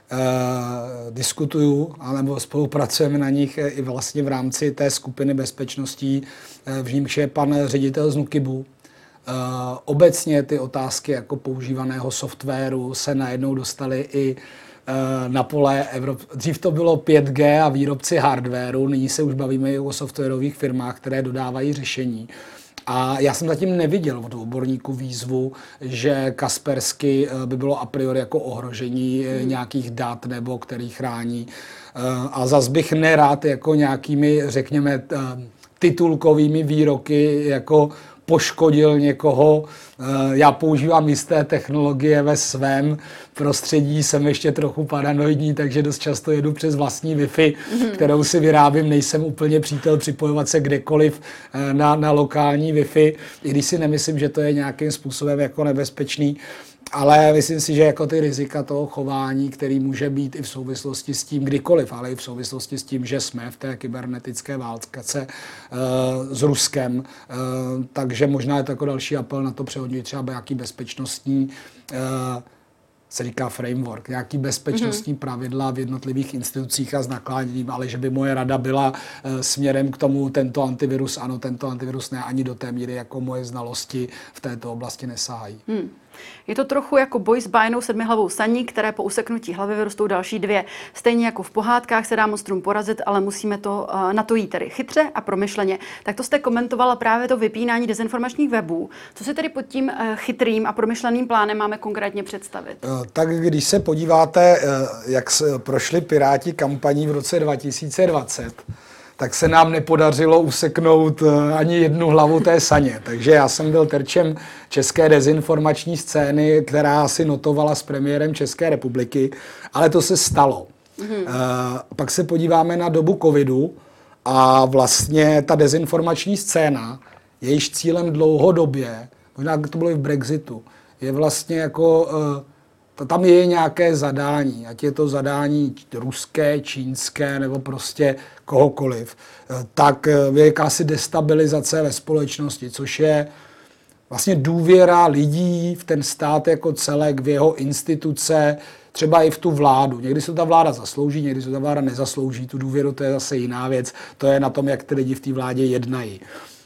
diskutuju, alebo spolupracujeme na nich i vlastně v rámci té skupiny bezpečností, v nímž je pan ředitel z NÚKIBu. Obecně ty otázky jako používaného softwaru se najednou dostaly i na pole Dřív to bylo 5G a výrobci hardwaru, nyní se už bavíme i o softwarových firmách, které dodávají řešení. A já jsem zatím neviděl od odborníků výzvu, že Kaspersky by bylo a priori jako ohrožení nějakých dat nebo který chrání. A zas bych nerád jako nějakými, řekněme, titulkovými výroky jako poškodil někoho. Já používám jisté technologie ve svém prostředí, jsem ještě trochu paranoidní, takže dost často jedu přes vlastní Wi-Fi, kterou si vyrábím, nejsem úplně přítel připojovat se kdekoliv na lokální Wi-Fi, i když si nemyslím, že to je nějakým způsobem jako nebezpečný. Ale myslím si, že jako ty rizika toho chování, který může být i v souvislosti s tím kdykoliv, ale i v souvislosti s tím, že jsme v té kybernetické válce s Ruskem, takže možná je to jako další apel na to přehodnit třeba nějaký bezpečnostní se říká framework, nějaký bezpečnostní pravidla v jednotlivých institucích a s nakláněním, ale že by moje rada byla směrem k tomu tento antivirus ano, tento antivirus ne, ani do té míry, jako moje znalosti v této oblasti nesahají. Je to trochu jako boj s bájnou sedmihlavou saní, které po useknutí hlavy vyrostou další dvě. Stejně jako v pohádkách se dá monstrum porazit, ale musíme na to jít tedy chytře a promyšleně. Tak to jste komentovala právě to vypínání dezinformačních webů. Co si tedy pod tím chytrým a promyšleným plánem máme konkrétně představit? Tak když se podíváte, jak prošli Piráti kampaní v roce 2020, tak se nám nepodařilo useknout ani jednu hlavu té saně. Takže já jsem byl terčem české dezinformační scény, která si notovala s premiérem České republiky, ale to se stalo. Pak se podíváme na dobu covidu a vlastně ta dezinformační scéna, jejíž cílem dlouhodobě, možná to bylo i v Brexitu, je vlastně jako tam je nějaké zadání, ať je to zadání ruské, čínské nebo prostě kohokoliv, tak je jakási destabilizace ve společnosti, což je vlastně důvěra lidí v ten stát jako celek, v jeho instituce, třeba i v tu vládu. Někdy se ta vláda zaslouží, někdy se ta vláda nezaslouží. Tu důvěru, to je zase jiná věc. To je na tom, jak ty lidi v té vládě jednají.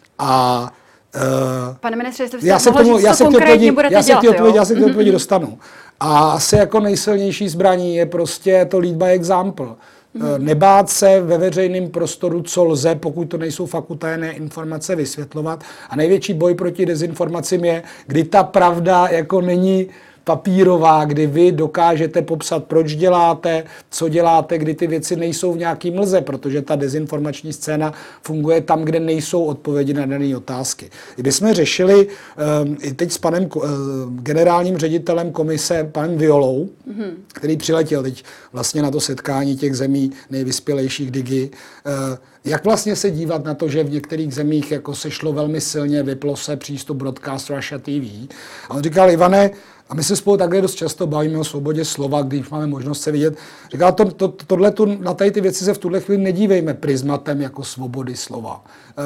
A pane ministře, jestli byste mohl říct, co konkrétně budete dělat, já se k té odpovědi dostanu. A asi jako nejsilnější zbraní je prostě to lead by example. Nebát se ve veřejném prostoru, co lze, pokud to nejsou fakt utajené informace, vysvětlovat. A největší boj proti dezinformacím je, kdy ta pravda jako není papírová, kdy vy dokážete popsat, proč děláte, co děláte, kdy ty věci nejsou v nějaký mlze, protože ta dezinformační scéna funguje tam, kde nejsou odpovědi na dané otázky. Když jsme řešili i teď s panem generálním ředitelem komise, panem Violou, který přiletěl teď vlastně na to setkání těch zemí nejvyspělejších digi, jak vlastně se dívat na to, že v některých zemích jako se šlo velmi silně, vyplo se přístup Broadcast Russia TV. A on říkal, Ivane, a my se spolu takhle dost často bavíme o svobodě slova, když máme možnost se vidět. Říkal, na tady ty věci se v tuhle chvíli nedívejme prismatem jako svobody slova.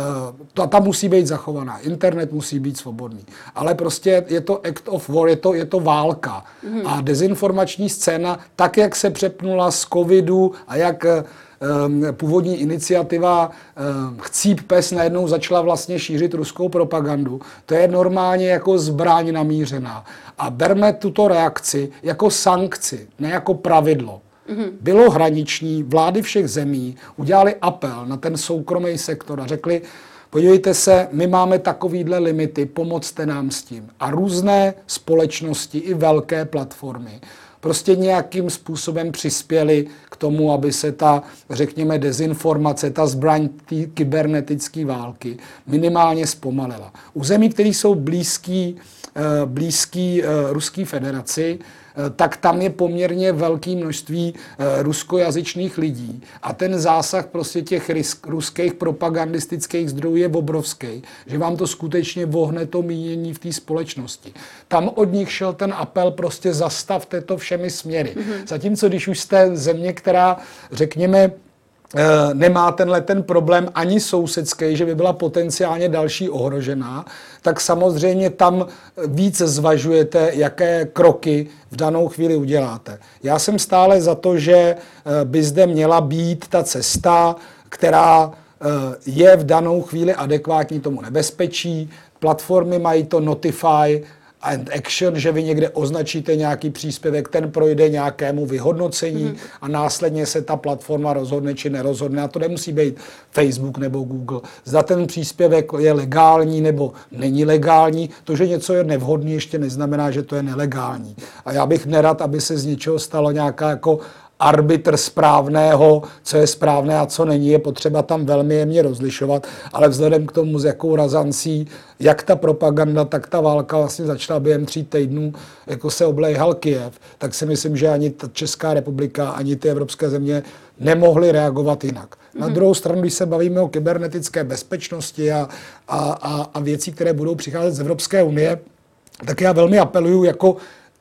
Ta musí být zachovaná. Internet musí být svobodný. Ale prostě je to act of war, je to válka. A dezinformační scéna, tak jak se přepnula z covidu a jak původní iniciativa Chcíp pes najednou začala vlastně šířit ruskou propagandu. To je normálně jako zbraň namířená. A berme tuto reakci jako sankci, ne jako pravidlo. Bylo hraniční, vlády všech zemí udělali apel na ten soukromý sektor a řekli, podívejte se, my máme takovýhle limity, pomozte nám s tím. A různé společnosti i velké platformy prostě nějakým způsobem přispěli k tomu, aby se ta, řekněme, dezinformace, ta zbraň té kybernetické války minimálně zpomalila. U zemí, které jsou blízký Ruské federaci, tak tam je poměrně velké množství ruskojazyčných lidí. A ten zásah prostě těch ruských propagandistických zdrojů je obrovský, že vám to skutečně vohne to mínění v té společnosti. Tam od nich šel ten apel, prostě zastavte to všemi směry. Zatímco když už jste země, která, řekněme, nemá ten problém ani sousedský, že by byla potenciálně další ohrožená, tak samozřejmě tam víc zvažujete, jaké kroky v danou chvíli uděláte. Já jsem stále za to, že by zde měla být ta cesta, která je v danou chvíli adekvátní tomu nebezpečí. Platformy mají to Notify and Action, že vy někde označíte nějaký příspěvek, ten projde nějakému vyhodnocení a následně se ta platforma rozhodne či nerozhodne. A to nemusí být Facebook nebo Google. Zda ten příspěvek je legální nebo není legální. To, že něco je nevhodné, ještě neznamená, že to je nelegální. A já bych nerad, aby se z něčeho stalo nějaká jako arbitr správného, co je správné a co není, je potřeba tam velmi jemně rozlišovat, ale vzhledem k tomu, s jakou razancí, jak ta propaganda, tak ta válka vlastně začala během 3 týdnů, jako se oblejhal Kyjev, tak si myslím, že ani ta Česká republika, ani ty evropské země nemohly reagovat jinak. Na druhou stranu, když se bavíme o kybernetické bezpečnosti a věcí, které budou přicházet z Evropské unie, tak já velmi apeluju jako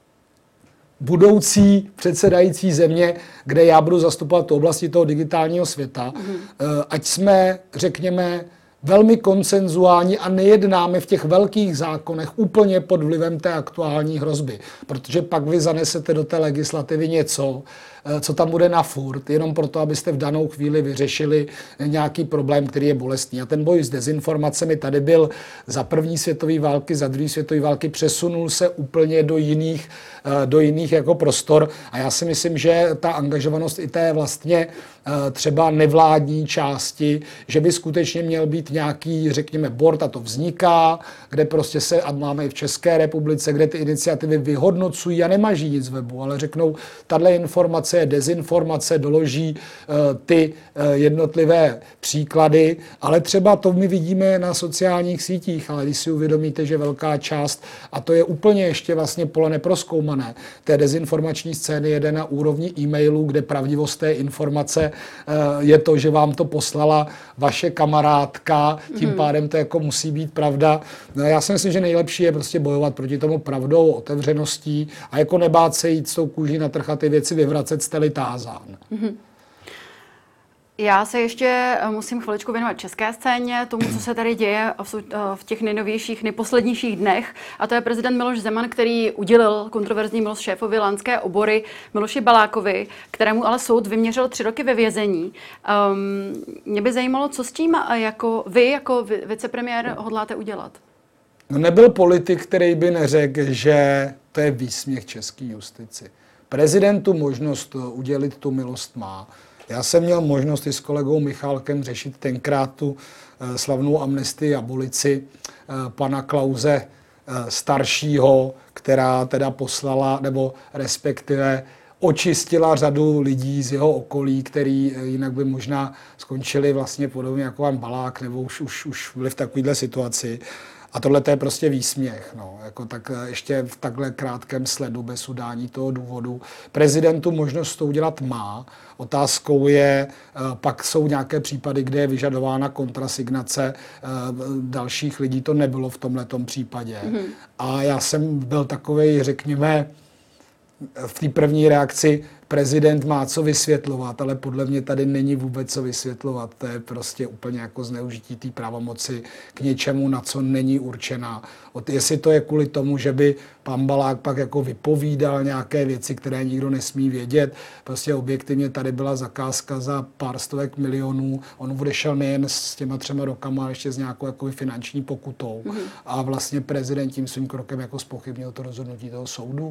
budoucí předsedající země, kde já budu zastupovat tu oblasti toho digitálního světa, ať jsme, řekněme, velmi konsenzuální a nejednáme v těch velkých zákonech úplně pod vlivem té aktuální hrozby. Protože pak vy zanesete do té legislativy něco, co tam bude na furt, jenom proto, abyste v danou chvíli vyřešili nějaký problém, který je bolestný. A ten boj s dezinformacemi tady byl za první světové války, za druhé světové války, přesunul se úplně do jiných jako prostor. A já si myslím, že ta angažovanost i té vlastně třeba nevládní části, že by skutečně měl být nějaký, řekněme, board, a to vzniká, kde prostě se, a máme i v České republice, kde ty iniciativy vyhodnocují a nemaží nic webu, ale řeknou, tato informace je dezinformace, doloží ty jednotlivé příklady, ale třeba to my vidíme na sociálních sítích, ale když si uvědomíte, že velká část, a to je úplně ještě vlastně pole neprozkoumané, té dezinformační scény jede na úrovni e-mailů, kde pravdivost té informace je to, že vám to poslala vaše kamarádka, tím pádem to jako musí být pravda. No, já si myslím, že nejlepší je prostě bojovat proti tomu pravdou, otevřeností a jako nebát se jít s tou kůží na trh a ty věci vyvracet, jste-li tázán. Já se ještě musím chviličku věnovat české scéně, tomu, co se tady děje v těch nejnovějších, nejposlednějších dnech. A to je prezident Miloš Zeman, který udělil kontroverzní milost šéfovi Lánské obory Miloši Balákovi, kterému ale soud vyměřil 3 roky ve vězení. Mě by zajímalo, co s tím jako vicepremiér hodláte udělat? No, nebyl politik, který by neřekl, že to je výsměch české justici. Prezidentu možnost udělit tu milost má. Já jsem měl možnost i s kolegou Michálkem řešit tenkrát tu slavnou amnestii, abolici pana Klause staršího, která teda poslala, nebo respektive očistila řadu lidí z jeho okolí, který jinak by možná skončili vlastně podobně jako pan Balák, nebo už byli v takovéhle situaci. A tohle je prostě výsměch. No. Jako tak ještě v takhle krátkém sledu bez udání toho důvodu. Prezidentu možnost to udělat má. Otázkou je, pak jsou nějaké případy, kde je vyžadována kontrasignace dalších lidí. To nebylo v tomhletom případě. A já jsem byl takovej, řekněme, v té první reakci, prezident má co vysvětlovat, ale podle mě tady není vůbec co vysvětlovat. To je prostě úplně jako zneužití té pravomoci k něčemu, na co není určená. Jestli to je kvůli tomu, že by pan Balák pak jako vypovídal nějaké věci, které nikdo nesmí vědět. Prostě objektivně tady byla zakázka za pár stovek milionů. On odešel nejen s těma 3 rokama, ale ještě s nějakou jako finanční pokutou. A vlastně prezident tím svým krokem jako zpochybnil to rozhodnutí toho soudu.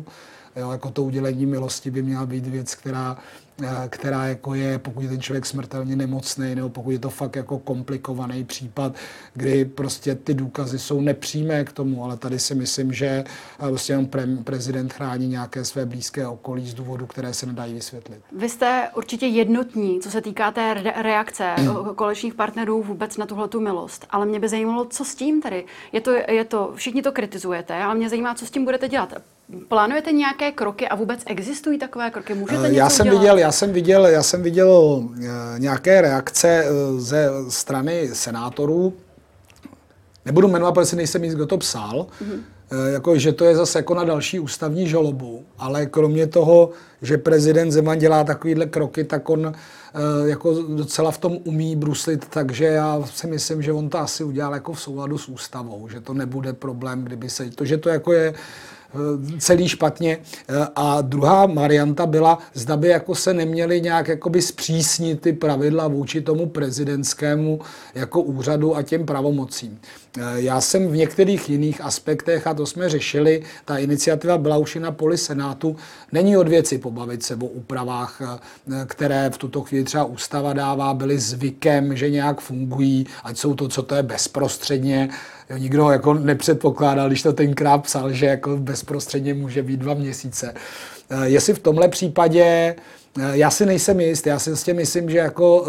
Jo, jako to udělení milosti by měla být věc, která jako je, pokud je ten člověk smrtelně nemocný, nebo pokud je to fakt jako komplikovaný případ, kdy prostě ty důkazy jsou nepřímé k tomu, ale tady si myslím, že prostě jenom prezident chrání nějaké své blízké okolí z důvodu, které se nedají vysvětlit. Vy jste určitě jednotní, co se týká té reakce koaličních partnerů vůbec na tuhletu milost, ale mě by zajímalo, co s tím tady. Je to, všichni to kritizujete, ale mě zajímá, co s tím budete dělat. Plánujete nějaké kroky a vůbec existují takové kroky? Můžete něco udělat? Já jsem viděl nějaké reakce ze strany senátorů. Nebudu jmenovat, protože si nejsem jist, kdo to psal. Jako, že to je zase jako na další ústavní žalobu. Ale kromě toho, že prezident Zeman dělá takovýhle kroky, tak on jako docela v tom umí bruslit, takže já si myslím, že on to asi udělal jako v souladu s ústavou, že to nebude problém, kdyby se to, že to jako je celý špatně. A druhá varianta byla, zda by jako se neměly nějak jakoby zpřísnit ty pravidla vůči tomu prezidentskému jako úřadu a těm pravomocím. Já jsem v některých jiných aspektech, a to jsme řešili, ta iniciativa byla už i na poli Senátu, není od věci pobavit se o úpravách, které v tuto chvíli třeba ústava dává, byly zvykem, že nějak fungují, ať jsou to, co to je bezprostředně. Nikdo jako nepředpokládal, když to tenkrát psal, že jako bezprostředně může být 2 měsíce. Jestli v tomhle případě, já si nejsem jist, já si vlastně myslím, že jako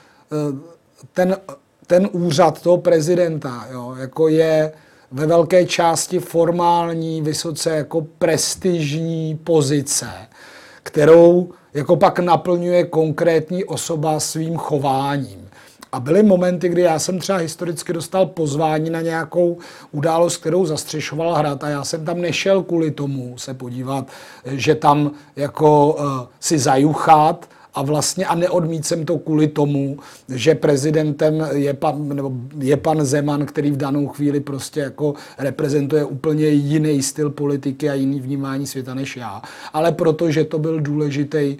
ten úřad toho prezidenta, jo, jako je ve velké části formální, vysoce jako prestižní pozice, kterou jako pak naplňuje konkrétní osoba svým chováním. A byly momenty, kdy já jsem třeba historicky dostal pozvání na nějakou událost, kterou zastřešoval Hrad, a já jsem tam nešel kvůli tomu se podívat, že tam jako si zajuchat, a vlastně a neodmít jsem to kvůli tomu, že prezidentem je pan Zeman, který v danou chvíli prostě jako reprezentuje úplně jiný styl politiky a jiný vnímání světa než já. Ale protože to byl důležitý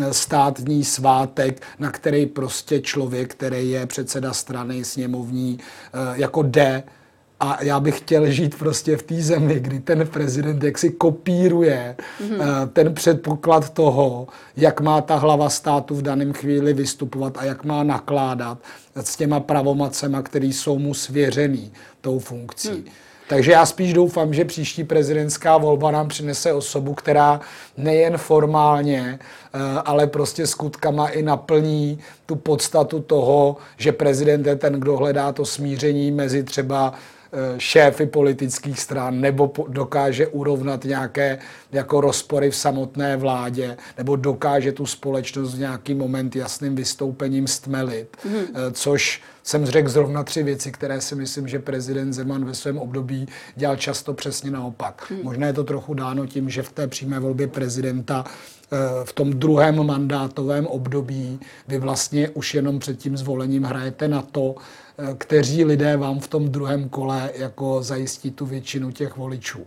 státní svátek, na který prostě člověk, který je předseda strany sněmovní, jako jde. A já bych chtěl žít prostě v té zemi, kdy ten prezident jaksi kopíruje ten předpoklad toho, jak má ta hlava státu v daném chvíli vystupovat a jak má nakládat s těma pravomocema, které jsou mu svěřený tou funkcí. Takže já spíš doufám, že příští prezidentská volba nám přinese osobu, která nejen formálně, ale prostě skutkama i naplní tu podstatu toho, že prezident je ten, kdo hledá to smíření mezi třeba šéfy politických stran, nebo dokáže urovnat nějaké jako rozpory v samotné vládě, nebo dokáže tu společnost v nějaký moment jasným vystoupením stmelit. Což jsem řekl zrovna 3 věci, které si myslím, že prezident Zeman ve svém období dělal často přesně naopak. Možná je to trochu dáno tím, že v té přímé volbě prezidenta v tom druhém mandátovém období vy vlastně už jenom před tím zvolením hrajete na to, kteří lidé vám v tom druhém kole jako zajistí tu většinu těch voličů.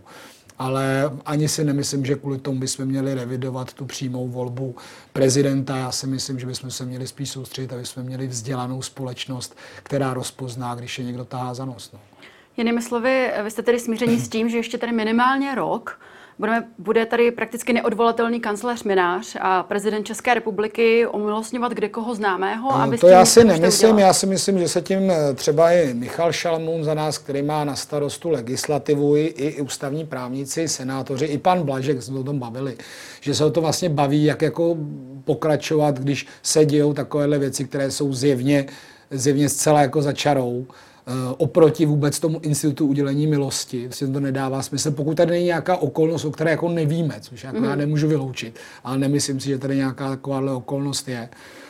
Ale ani si nemyslím, že kvůli tomu bychom měli revidovat tu přímou volbu prezidenta. Já si myslím, že bychom se měli spíš soustředit, aby jsme měli vzdělanou společnost, která rozpozná, když je někdo tahá za nos. No. Jinými slovy, vy jste tedy smíření s tím, že ještě tady minimálně rok bude tady prakticky neodvolatelný kancléř Mynář a prezident České republiky omilostňovat kde koho známého? No, to já si nemyslím. Já si myslím, že se tím třeba i Michal Šalamoun za nás, který má na starostu legislativu, i ústavní právníci, senátoři, i pan Blažek, jsme o tom bavili, že se o to vlastně baví, jak jako pokračovat, když se dějou takovéhle věci, které jsou zjevně zcela jako za čarou. Oproti vůbec tomu institutu udělení milosti. Vlastně to nedává smysl, pokud tady není nějaká okolnost, o které jako nevíme, což jako já nemůžu vyloučit, ale nemyslím si, že tady nějaká takováhle okolnost je.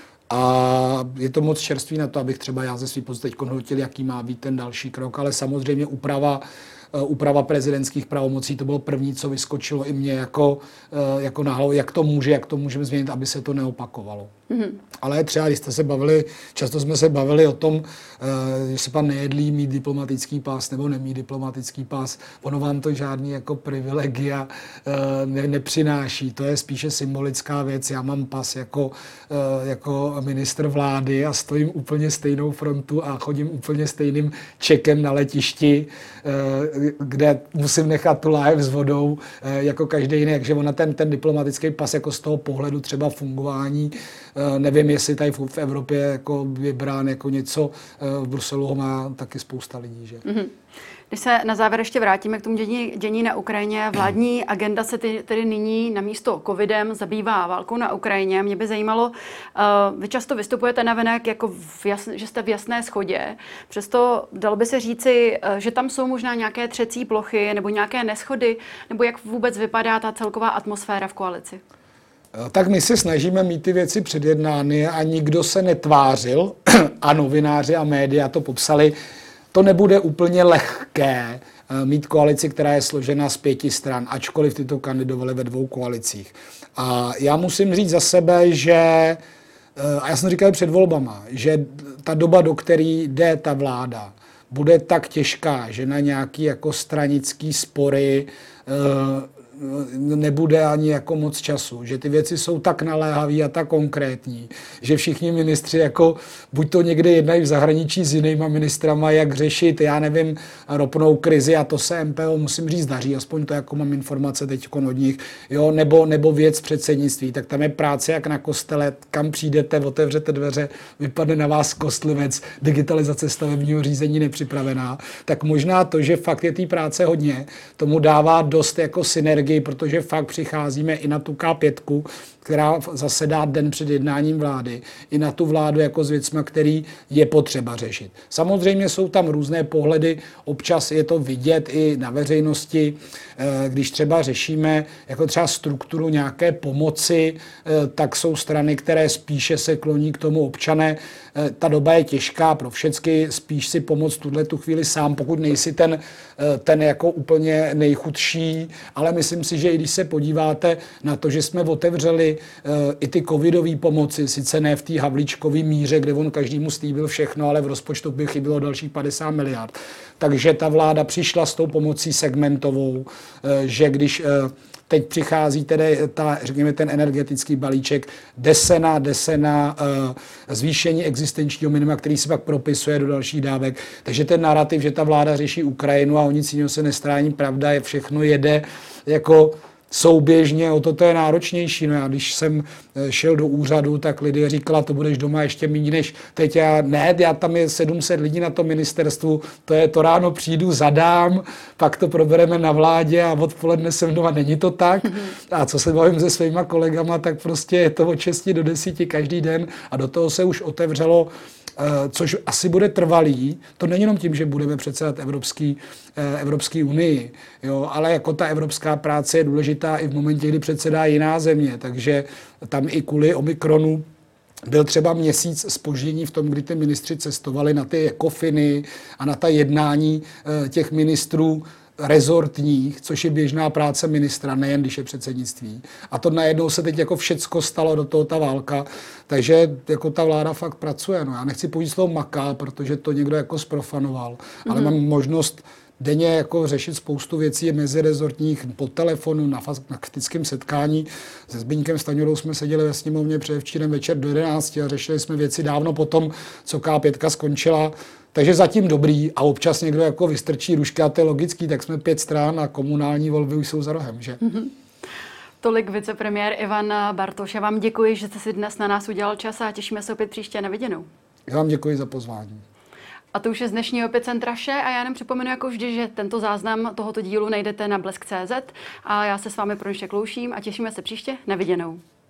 A je to moc čerstvý na to, abych třeba já ze svý pozice teď hodnotil, jaký má být ten další krok, ale samozřejmě úprava prezidentských pravomocí, to bylo první, co vyskočilo i mě jako na hlavu, jak to můžeme změnit, aby se to neopakovalo. Ale třeba, když jste se bavili, často jsme se bavili o tom, že se pan Nejedlý mít diplomatický pás nebo nemít diplomatický pás, ono vám to žádný jako privilegia nepřináší. To je spíše symbolická věc. Já mám pas jako ministr vlády a stojím úplně stejnou frontu a chodím úplně stejným čekem na letišti, kde musím nechat tu láhev s vodou jako každý jiný, takže ona ten diplomatický pas jako z toho pohledu třeba fungování, nevím, jestli tady v Evropě jako je brán jako něco, v Bruselu ho má taky spousta lidí. Že? Mm-hmm. Když se na závěr ještě vrátíme k tomu dění na Ukrajině, vládní agenda se tedy nyní namísto covidem zabývá válkou na Ukrajině. Mě by zajímalo, vy často vystupujete navenek, jako že jste v jasné shodě. Přesto dalo by se říci, že tam jsou možná nějaké třecí plochy nebo nějaké neshody, nebo jak vůbec vypadá ta celková atmosféra v koalici? Tak my se snažíme mít ty věci předjednány a nikdo se netvářil a novináři a média to popsali. To nebude úplně lehké mít koalici, která je složena z 5 stran, ačkoliv tyto kandidovali ve 2 koalicích. A já musím říct za sebe, že, a já jsem říkal před volbama, že ta doba, do které jde ta vláda, bude tak těžká, že na nějaký jako stranický spory nebude ani jako moc času, že ty věci jsou tak naléhavé a tak konkrétní, že všichni ministři jako buď to někde jednají v zahraničí s jinýma ministrama, jak řešit, já nevím, ropnou krizi a to se MPO, musím říct, daří, aspoň to jako mám informace teď od nich, jo, nebo věc předsednictví, tak tam je práce jak na kostele, kam přijdete, otevřete dveře, vypadne na vás kostlivec, digitalizace stavebního řízení nepřipravená, tak možná to, že fakt je té práce hodně, tomu dává dost jako synergii, protože fakt přicházíme i na tu K5, která zasedá den před jednáním vlády, i na tu vládu jako s věcma, který je potřeba řešit. Samozřejmě jsou tam různé pohledy, občas je to vidět i na veřejnosti, když třeba řešíme jako třeba strukturu nějaké pomoci, tak jsou strany, které spíše se kloní k tomu občané. Ta doba je těžká pro všechny, spíš si pomoct tu chvíli sám, pokud nejsi ten jako úplně nejchudší, ale myslím si, že i když se podíváte na to, že jsme otevřeli i ty covidové pomoci, sice ne v té havlíčkové míře, kde on každému slíbil všechno, ale v rozpočtu by chybilo dalších 50 miliard. Takže ta vláda přišla s tou pomocí segmentovou, že když teď přichází tedy řekněme, ten energetický balíček, jde se na zvýšení existenčního minima, který se pak propisuje do dalších dávek. Takže ten narrativ, že ta vláda řeší Ukrajinu a o nic jiného se nestrání, pravda, je všechno jede jako souběžně, o to je náročnější. No já když jsem šel do úřadu, tak Lidie říkala, to budeš doma ještě méně než teď. Já tam je 700 lidí na tom ministerstvu, to ráno přijdu, zadám, pak to probereme na vládě a odpoledne jsem doma, není to tak. A co se bavím se svýma kolegama, tak prostě je to od 6 do 10 každý den a do toho se už otevřelo, což asi bude trvalý. To není jenom tím, že budeme předsedat Evropské unii, jo, ale jako ta evropská práce je důležitá i v momentě, kdy předsedá jiná země, takže tam i kvůli Omikronu byl třeba měsíc zpoždění v tom, kdy ty ministři cestovali na ty ekofiny a na ta jednání těch ministrů rezortních, což je běžná práce ministra, nejen když je předsednictví. A to najednou se teď jako všecko stalo do toho ta válka, takže jako ta vláda fakt pracuje. No, já nechci použít slovo maká, protože to někdo jako sprofanoval, ale mám možnost denně jako řešit spoustu věcí mezirezortních po telefonu, na faktickém setkání. Se Zbyňkem Stanjurou jsme seděli ve sněmovně předevčírem večer do 11 a řešili jsme věci dávno potom, co K5 skončila. Takže zatím dobrý a občas někdo jako vystrčí rušky a to je logický, tak jsme 5 stran a komunální volby už jsou za rohem, že? Tolik vicepremiér Ivan Bartoš. Já vám děkuji, že jste si dnes na nás udělal čas a těšíme se opět příště na viděnou. Já vám děkuji za pozvání. A to už je z dnešního Epicentra vše a já jenom připomenu jako vždy, že tento záznam tohoto dílu najdete na blesk.cz a já se s vámi pro dnešek loučím a těšíme se příště na viděnou.